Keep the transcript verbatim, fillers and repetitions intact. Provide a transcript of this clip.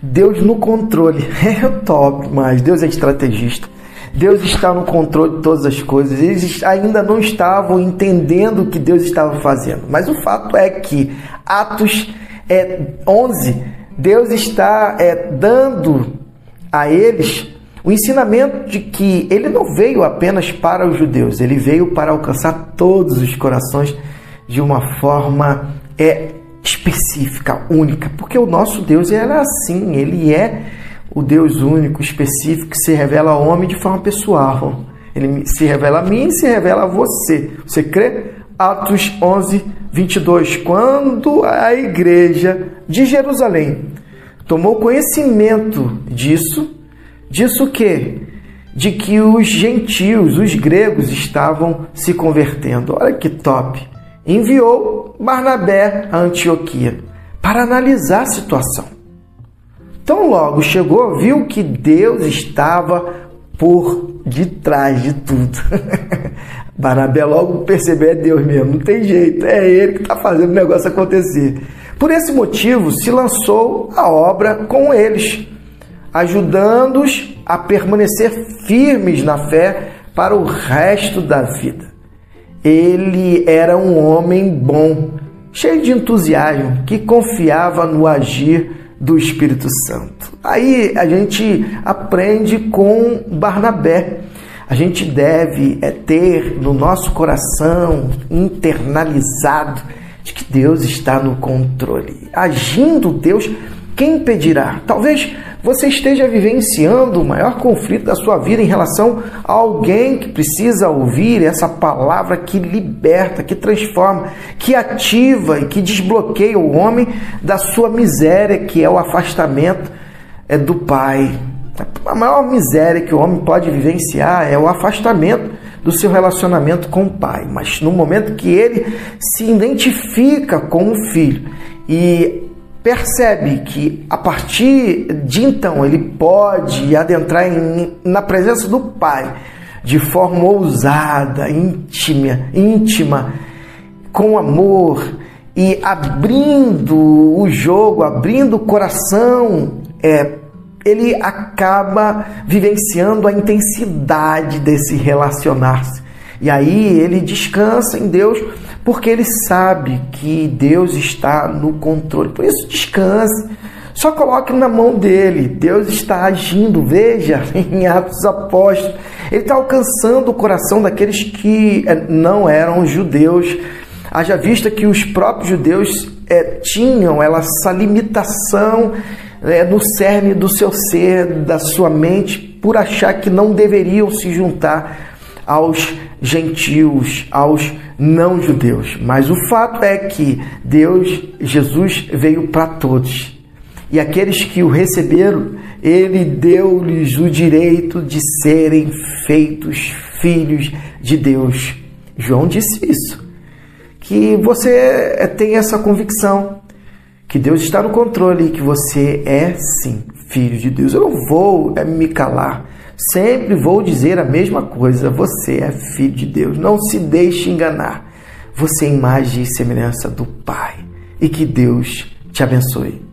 Deus no controle. É top, mas Deus é estrategista. Deus está no controle de todas as coisas. Eles ainda não estavam entendendo o que Deus estava fazendo. Mas o fato é que Atos é, onze, Deus está é, dando a eles o ensinamento de que Ele não veio apenas para os judeus. Ele veio para alcançar todos os corações de uma forma é, específica, única. Porque o nosso Deus era assim. Ele é o Deus único, específico, que se revela ao homem de forma pessoal. Ele se revela a mim e se revela a você. Você crê? Atos onze, vinte e dois. Quando a igreja de Jerusalém tomou conhecimento disso, disso o quê? De que os gentios, os gregos, estavam se convertendo. Olha que top! Enviou Barnabé a Antioquia para analisar a situação. Tão logo chegou, viu que Deus estava por detrás de tudo. Barnabé logo percebeu, é Deus mesmo, não tem jeito, é Ele que está fazendo o negócio acontecer. Por esse motivo, se lançou a obra com eles, ajudando-os a permanecer firmes na fé para o resto da vida. Ele era um homem bom, cheio de entusiasmo, que confiava no agir do Espírito Santo. Aí a gente aprende com Barnabé. A gente deve é, ter no nosso coração internalizado de que Deus está no controle. Agindo Deus, quem impedirá? Talvez você esteja vivenciando o maior conflito da sua vida em relação a alguém que precisa ouvir essa palavra que liberta, que transforma, que ativa e que desbloqueia o homem da sua miséria, que é o afastamento é, do Pai. A maior miséria que o homem pode vivenciar é o afastamento do seu relacionamento com o Pai. Mas no momento que ele se identifica com o Filho e percebe que a partir de então ele pode adentrar em, na presença do Pai de forma ousada, íntima, íntima, com amor e abrindo o jogo, abrindo o coração, é, ele acaba vivenciando a intensidade desse relacionar-se. E aí ele descansa em Deus, porque ele sabe que Deus está no controle. Por isso, descanse. Só coloque na mão dele. Deus está agindo. Veja, em Atos dos Apóstolos, ele está alcançando o coração daqueles que não eram judeus. Haja vista que os próprios judeus é, tinham essa limitação é, no cerne do seu ser, da sua mente, por achar que não deveriam se juntar aos gentios, aos não-judeus. Mas o fato é que Deus, Jesus, veio para todos. E aqueles que o receberam, Ele deu-lhes o direito de serem feitos filhos de Deus. João disse isso. Que você tem essa convicção, que Deus está no controle e que você é, sim, filho de Deus. Eu não vou me calar. Sempre vou dizer a mesma coisa. Você é filho de Deus. Não se deixe enganar. Você é imagem e semelhança do Pai. E que Deus te abençoe.